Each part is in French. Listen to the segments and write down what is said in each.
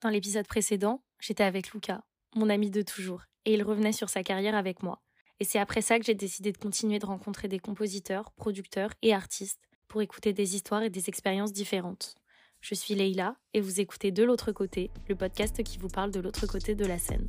Dans l'épisode précédent, j'étais avec Lucas, mon ami de toujours, et il revenait sur sa carrière avec moi. Et c'est après ça que j'ai décidé de continuer de rencontrer des compositeurs, producteurs et artistes pour écouter des histoires et des expériences différentes. Je suis Leïla et vous écoutez De l'autre côté, le podcast qui vous parle de l'autre côté de la scène.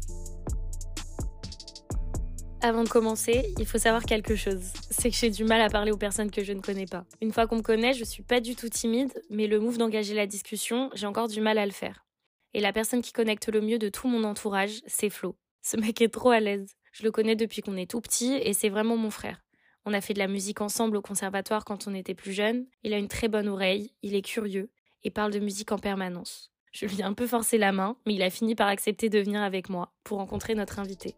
Avant de commencer, il faut savoir quelque chose, c'est que j'ai du mal à parler aux personnes que je ne connais pas. Une fois qu'on me connaît, je suis pas du tout timide, mais le move d'engager la discussion, j'ai encore du mal à le faire. Et la personne qui connecte le mieux de tout mon entourage, c'est Flo. Ce mec est trop à l'aise. Je le connais depuis qu'on est tout petit et c'est vraiment mon frère. On a fait de la musique ensemble au conservatoire quand on était plus jeune. Il a une très bonne oreille, il est curieux et parle de musique en permanence. Je lui ai un peu forcé la main, mais il a fini par accepter de venir avec moi pour rencontrer notre invité.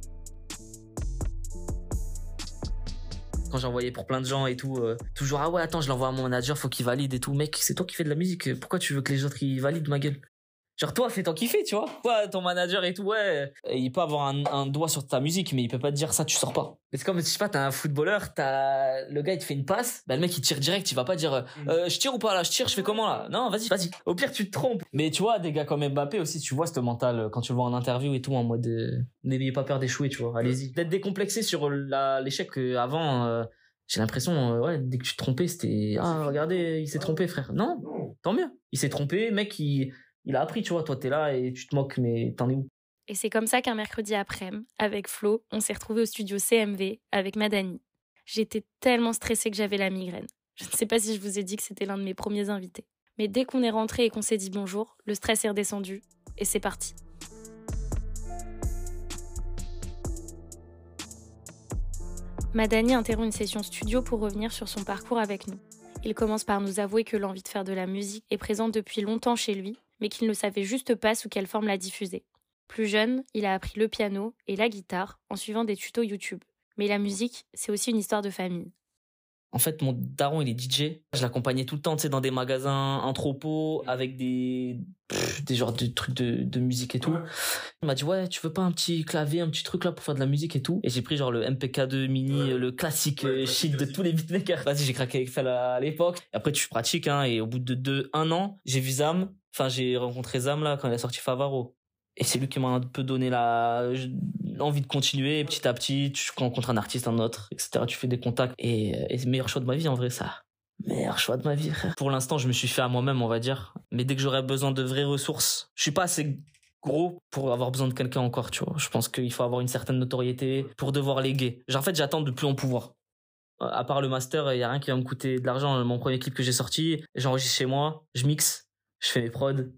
Quand j'envoyais pour plein de gens et tout, toujours ah ouais attends je l'envoie à mon manager, faut qu'il valide et tout. Mec, c'est toi qui fais de la musique, pourquoi tu veux que les autres ils valident ma gueule? Genre toi fais-toi kiffer, tu vois. Toi ton manager et tout, ouais, il peut avoir un doigt sur ta musique mais il peut pas te dire ça tu sors pas. Mais c'est comme, je sais pas, t'as un footballeur, le gars il te fait une passe, bah le mec il tire direct, il va pas dire je tire ou pas là, je tire, je fais comment là? Non, vas-y. Au pire tu te trompes. Mais tu vois, des gars comme Mbappé aussi, tu vois ce mental quand tu le vois en interview et tout, en mode n'ayez pas peur d'échouer, tu vois, allez-y. D'être décomplexé sur l'échec avant, j'ai l'impression, ouais, dès que tu te trompais, c'était regardez, il s'est trompé frère. Non, tant mieux. Il s'est trompé, mec, il a appris, tu vois. Toi, t'es là et tu te moques, mais t'en es où? Et c'est comme ça qu'un mercredi après-midi, avec Flo, on s'est retrouvés au studio CMV avec Madani. J'étais tellement stressée que j'avais la migraine. Je ne sais pas si je vous ai dit que c'était l'un de mes premiers invités. Mais dès qu'on est rentré et qu'on s'est dit bonjour, le stress est redescendu et c'est parti. Madani interrompt une session studio pour revenir sur son parcours avec nous. Il commence par nous avouer que l'envie de faire de la musique est présente depuis longtemps chez lui, mais qu'il ne savait juste pas sous quelle forme la diffuser. Plus jeune, il a appris le piano et la guitare en suivant des tutos YouTube. Mais la musique, c'est aussi une histoire de famille. En fait, mon daron, il est DJ. Je l'accompagnais tout le temps, tu sais, dans des magasins entrepôts avec des genres de trucs de musique et tout. Il m'a dit, ouais, tu veux pas un petit clavier, un petit truc là pour faire de la musique et tout? Et j'ai pris genre le MPK2 mini, le classique shit de tous les beatmakers. Vas-y, j'ai craqué avec ça à l'époque. Et après, tu pratiques, hein, et au bout de un an, j'ai vu Zam. Enfin, j'ai rencontré Zam là quand il a sorti Favaro. Et c'est lui qui m'a un peu donné l'envie de continuer. Et petit à petit, tu rencontres un artiste, un autre, etc. Tu fais des contacts. Et c'est le meilleur choix de ma vie, en vrai, ça. Meilleur choix de ma vie, frère. Pour l'instant, je me suis fait à moi-même, on va dire. Mais dès que j'aurai besoin de vraies ressources, je suis pas assez gros pour avoir besoin de quelqu'un encore, tu vois. Je pense qu'il faut avoir une certaine notoriété pour devoir léguer. Genre, en fait, j'attends de plus en pouvoir. À part le master, il y a rien qui va me coûter de l'argent. Mon premier clip que j'ai sorti, j'enregistre chez moi, je mixe, je fais mes prods.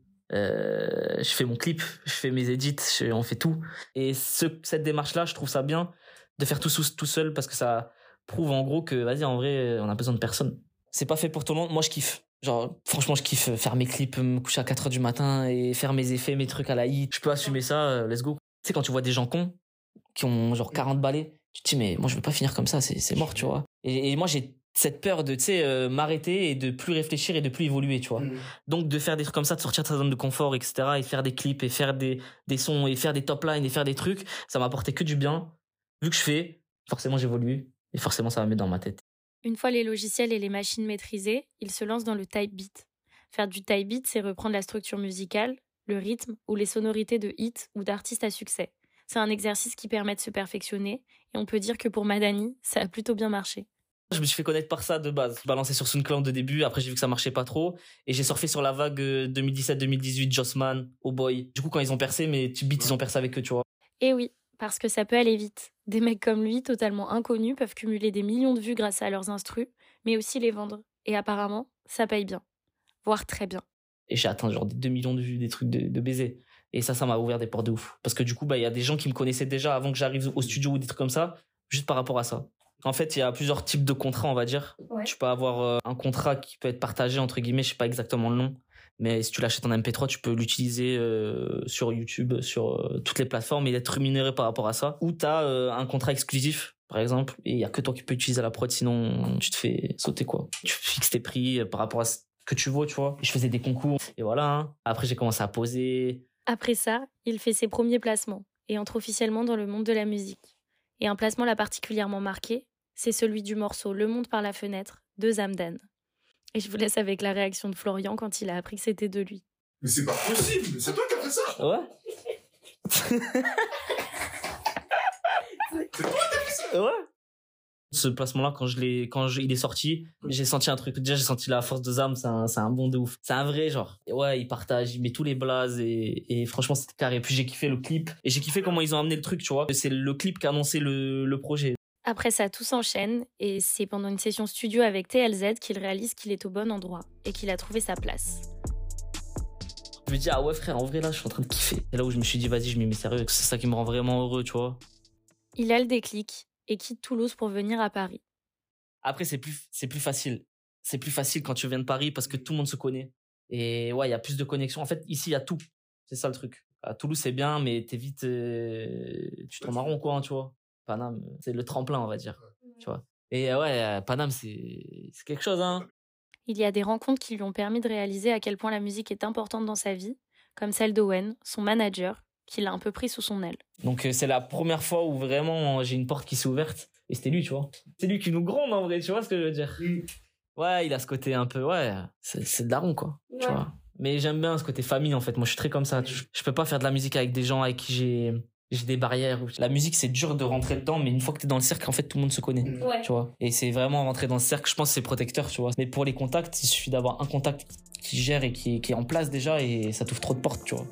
Je fais mon clip, je fais mes edits, on fait tout. Et cette démarche-là, je trouve ça bien de faire tout seul parce que ça prouve en gros que, vas-y, en vrai, on a besoin de personne. C'est pas fait pour tout le monde. Moi, je kiffe. Genre, franchement, je kiffe faire mes clips, me coucher à 4h du matin et faire mes effets, mes trucs à la hit. Je peux assumer ça, let's go. Tu sais, quand tu vois des gens cons qui ont genre 40 balais, tu te dis, mais moi, je veux pas finir comme ça, c'est mort, tu vois. Et moi, j'ai cette peur de, tu sais, m'arrêter et de plus réfléchir et de plus évoluer, tu vois. Donc, de faire des trucs comme ça, de sortir de sa zone de confort, etc., et faire des clips et faire des sons et faire des top lines et faire des trucs, ça m'a apporté que du bien. Vu que je fais, forcément, j'évolue et forcément, ça va mettre dans ma tête. Une fois les logiciels et les machines maîtrisées, il se lance dans le type beat. Faire du type beat, c'est reprendre la structure musicale, le rythme ou les sonorités de hits ou d'artistes à succès. C'est un exercice qui permet de se perfectionner et on peut dire que pour Madani, ça a plutôt bien marché. Je me suis fait connaître par ça de base. Balancé sur SoundCloud de début, après j'ai vu que ça marchait pas trop et j'ai surfé sur la vague 2017-2018, Jossman, Oh Boy. Du coup quand ils ont percé, mes petits beats ils ont percé avec eux, tu vois. Et oui, parce que ça peut aller vite. Des mecs comme lui, totalement inconnus, peuvent cumuler des millions de vues grâce à leurs instrus, mais aussi les vendre. Et apparemment, ça paye bien. Voire très bien. Et j'ai atteint genre des 2 millions de vues, des trucs de baisers. Et ça m'a ouvert des portes de ouf. Parce que du coup, il y a des gens qui me connaissaient déjà avant que j'arrive au studio ou des trucs comme ça, juste par rapport à ça. En fait, il y a plusieurs types de contrats, on va dire. Ouais. Tu peux avoir un contrat qui peut être partagé, entre guillemets, je sais pas exactement le nom. Mais si tu l'achètes en MP3, tu peux l'utiliser sur YouTube, sur toutes les plateformes et être rémunéré par rapport à ça. Ou t'as un contrat exclusif, par exemple, et il y a que toi qui peux utiliser la prod, sinon tu te fais sauter, quoi. Tu fixes tes prix par rapport à ce que tu vaux, tu vois. Je faisais des concours, et voilà. Hein. Après, j'ai commencé à poser. Après ça, il fait ses premiers placements et entre officiellement dans le monde de la musique. Et un placement l'a particulièrement marqué, c'est celui du morceau Le Monde par la fenêtre de Zamdan. Et je vous laisse avec la réaction de Florian quand il a appris que c'était de lui. Mais c'est pas possible, c'est toi qui as fait ça. Ouais. C'est toi qui as fait ça. Ouais. Ce placement-là, quand il est sorti, j'ai senti un truc. Déjà, j'ai senti la force de Zam, c'est un bon de ouf. C'est un vrai, genre. Et ouais, il partage, il met tous les blazes et franchement, c'était carré. Puis j'ai kiffé le clip et j'ai kiffé comment ils ont amené le truc, tu vois. C'est le clip qui a annoncé le projet. Après ça, tout s'enchaîne et c'est pendant une session studio avec TLZ qu'il réalise qu'il est au bon endroit et qu'il a trouvé sa place. Je me dis, ah ouais, frère, en vrai, là, je suis en train de kiffer. C'est là où je me suis dit, vas-y, je m'y mets sérieux. C'est ça qui me rend vraiment heureux, tu vois. Il a le déclic et quitte Toulouse pour venir à Paris. Après, c'est plus facile. C'est plus facile quand tu viens de Paris parce que tout le monde se connaît. Et ouais, il y a plus de connexions. En fait, ici, il y a tout. C'est ça le truc. À Toulouse, c'est bien, mais t'es vite... tu tournes en rond, quoi, hein, tu vois. Paname, c'est le tremplin, on va dire. Tu vois. Et ouais, Paname, c'est quelque chose, hein. Il y a des rencontres qui lui ont permis de réaliser à quel point la musique est importante dans sa vie, comme celle d'Owen, son manager, qui l'a un peu pris sous son aile. Donc c'est la première fois où vraiment j'ai une porte qui s'est ouverte. Et c'était lui, tu vois. C'est lui qui nous gronde, en vrai, tu vois ce que je veux dire. Ouais, il a ce côté un peu... Ouais, c'est le daron, quoi. Ouais. Tu vois. Mais j'aime bien ce côté famille, en fait. Moi, je suis très comme ça. Je peux pas faire de la musique avec des gens avec qui j'ai des barrières. La musique, c'est dur de rentrer dedans, mais une fois que t'es dans le cercle, en fait, tout le monde se connaît. Ouais. Tu vois. Et c'est vraiment rentrer dans le cercle, je pense que c'est protecteur, tu vois. Mais pour les contacts, il suffit d'avoir un contact qui gère et qui est en place déjà, et ça t'ouvre trop de portes, tu vois.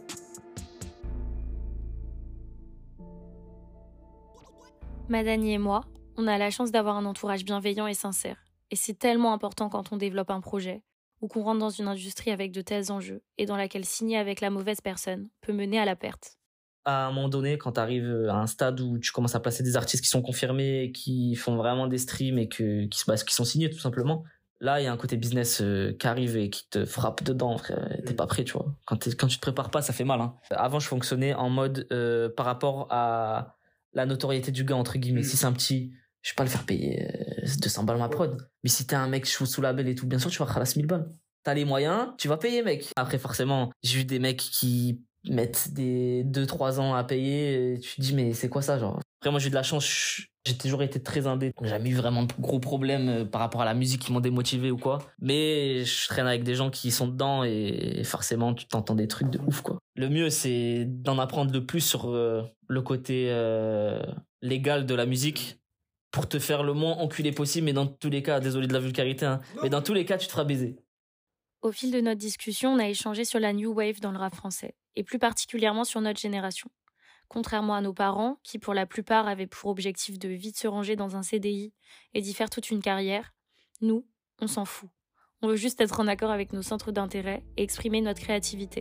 Madani et moi, on a la chance d'avoir un entourage bienveillant et sincère. Et c'est tellement important quand on développe un projet ou qu'on rentre dans une industrie avec de tels enjeux et dans laquelle signer avec la mauvaise personne peut mener à la perte. À un moment donné, quand tu arrives à un stade où tu commences à placer des artistes qui sont confirmés, qui font vraiment des streams et qui sont signés tout simplement, là, il y a un côté business qui arrive et qui te frappe dedans, frère. T'es pas prêt, tu vois. Quand tu te prépares pas, ça fait mal, hein. Avant, je fonctionnais en mode par rapport à la notoriété du gars, entre guillemets. Si c'est un petit, je vais pas le faire payer 200 balles ma prod. Mais si t'es un mec sous label et tout, bien sûr, tu vas ralasse 1000 balles. T'as les moyens, tu vas payer, mec. Après, forcément, j'ai vu des mecs qui mettent des 2-3 ans à payer et tu te dis, mais c'est quoi ça, genre? Après, moi, j'ai eu de la chance, j'ai toujours été très indé. J'ai jamais eu vraiment de gros problèmes par rapport à la musique qui m'ont démotivé ou quoi. Mais je traîne avec des gens qui sont dedans et forcément, tu t'entends des trucs de ouf, quoi. Le mieux, c'est d'en apprendre le plus sur le côté légal de la musique pour te faire le moins enculé possible. Mais dans tous les cas, désolé de la vulgarité, hein, mais dans tous les cas, tu te feras baiser. Au fil de notre discussion, on a échangé sur la new wave dans le rap français, et plus particulièrement sur notre génération. Contrairement à nos parents, qui pour la plupart avaient pour objectif de vite se ranger dans un CDI et d'y faire toute une carrière, nous, on s'en fout. On veut juste être en accord avec nos centres d'intérêt et exprimer notre créativité.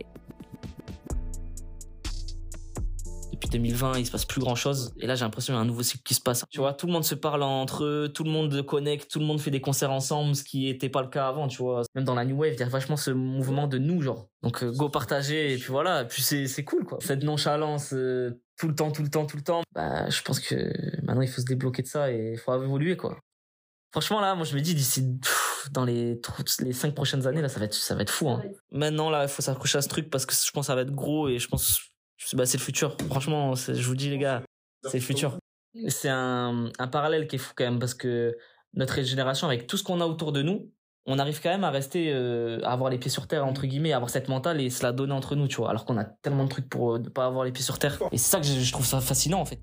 Depuis 2020, il se passe plus grand chose. Et là, j'ai l'impression qu'il y a un nouveau cycle qui se passe. Tu vois, tout le monde se parle entre eux, tout le monde connecte, tout le monde fait des concerts ensemble, ce qui était pas le cas avant, tu vois. Même dans la New Wave, il y a vachement ce mouvement de nous, genre. Donc, go partager, et puis voilà. Et puis c'est cool, quoi. Cette nonchalance, tout le temps. Bah, je pense que maintenant, il faut se débloquer de ça et il faut évoluer, quoi. Franchement, là, moi, je me dis, dans les 5 prochaines années, là, ça va être fou, hein. Maintenant, là, il faut s'accrocher à ce truc parce que je pense que ça va être gros et je pense... Bah, c'est le futur. Franchement, je vous dis, les gars, c'est le futur. C'est un parallèle qui est fou quand même parce que notre génération, avec tout ce qu'on a autour de nous, on arrive quand même à rester, à avoir les pieds sur terre, entre guillemets, à avoir cette mentale et se la donner entre nous, tu vois. Alors qu'on a tellement de trucs pour ne pas avoir les pieds sur terre. Et c'est ça que je trouve ça fascinant, en fait.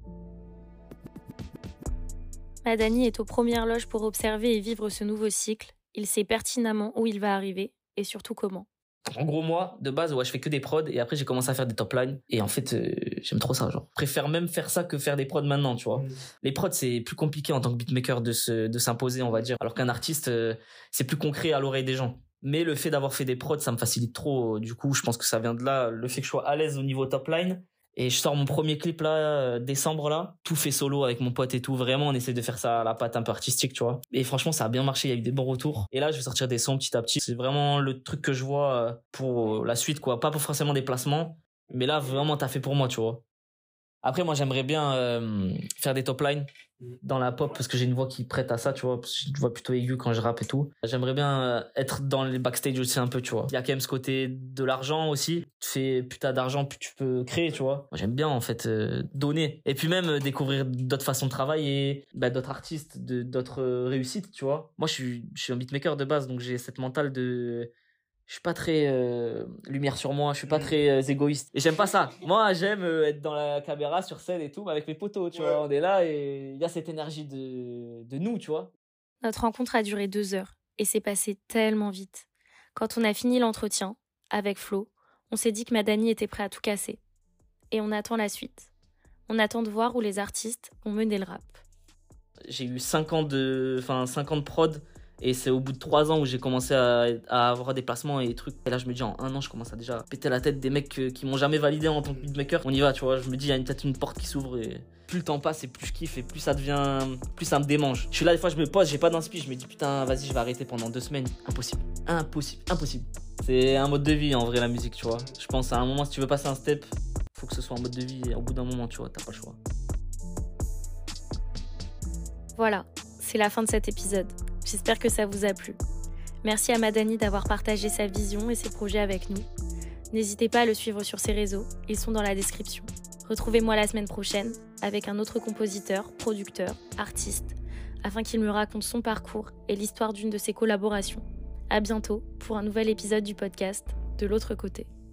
Madani est aux premières loges pour observer et vivre ce nouveau cycle. Il sait pertinemment où il va arriver et surtout comment. En gros, moi, de base, ouais, je fais que des prods et après, j'ai commencé à faire des top lines. Et en fait, j'aime trop ça, genre. Je préfère même faire ça que faire des prods maintenant, tu vois. Les prods, c'est plus compliqué en tant que beatmaker de s'imposer, on va dire. Alors qu'un artiste, c'est plus concret à l'oreille des gens. Mais le fait d'avoir fait des prods, ça me facilite trop. Du coup, je pense que ça vient de là, le fait que je sois à l'aise au niveau top line. Et je sors mon premier clip là, décembre là, tout fait solo avec mon pote et tout. Vraiment, on essaie de faire ça à la patte un peu artistique, tu vois. Et franchement, ça a bien marché, il y a eu des bons retours. Et là, je vais sortir des sons petit à petit. C'est vraiment le truc que je vois pour la suite, quoi. Pas pour forcément des placements, mais là, vraiment, t'as fait pour moi, tu vois. Après, moi, j'aimerais bien faire des top lines dans la pop parce que j'ai une voix qui prête à ça, tu vois. Parce que j'ai une voix plutôt aiguë quand je rappe et tout. J'aimerais bien être dans les backstage aussi un peu, tu vois. Il y a quand même ce côté de l'argent aussi. Tu fais plus t'as d'argent, plus tu peux créer, tu vois. Moi, j'aime bien, en fait, donner. Et puis même découvrir d'autres façons de travailler, d'autres artistes, d'autres réussites, tu vois. Moi, je suis un beatmaker de base, donc j'ai cette mentale de Je suis pas très lumière sur moi, je suis pas très égoïste. Et j'aime pas ça. Moi, j'aime être dans la caméra, sur scène et tout, mais avec mes potos, tu vois. On est là et il y a cette énergie de nous, tu vois. Notre rencontre a duré 2 heures et c'est passé tellement vite. Quand on a fini l'entretien, avec Flo, on s'est dit que Madani était prêt à tout casser. Et on attend la suite. On attend de voir où les artistes ont mené le rap. J'ai eu 5 ans de prod. Et c'est au bout de 3 ans où j'ai commencé à avoir des placements et des trucs. Et là, je me dis, en 1 an, je commence à déjà péter la tête des mecs qui m'ont jamais validé en tant que beatmaker. On y va, tu vois. Je me dis, il y a peut-être une porte qui s'ouvre et plus le temps passe et plus je kiffe et plus ça me démange. Je suis là, des fois, je me pose, j'ai pas d'inspi. Je me dis, putain, vas-y, je vais arrêter pendant 2 semaines. Impossible. C'est un mode de vie, en vrai, la musique, tu vois. Je pense à un moment, si tu veux passer un step, faut que ce soit un mode de vie. Et au bout d'un moment, tu vois, t'as pas le choix. Voilà, c'est la fin de cet épisode. J'espère que ça vous a plu. Merci à Madani d'avoir partagé sa vision et ses projets avec nous. N'hésitez pas à le suivre sur ses réseaux, ils sont dans la description. Retrouvez-moi la semaine prochaine avec un autre compositeur, producteur, artiste, afin qu'il me raconte son parcours et l'histoire d'une de ses collaborations. À bientôt pour un nouvel épisode du podcast De l'autre côté.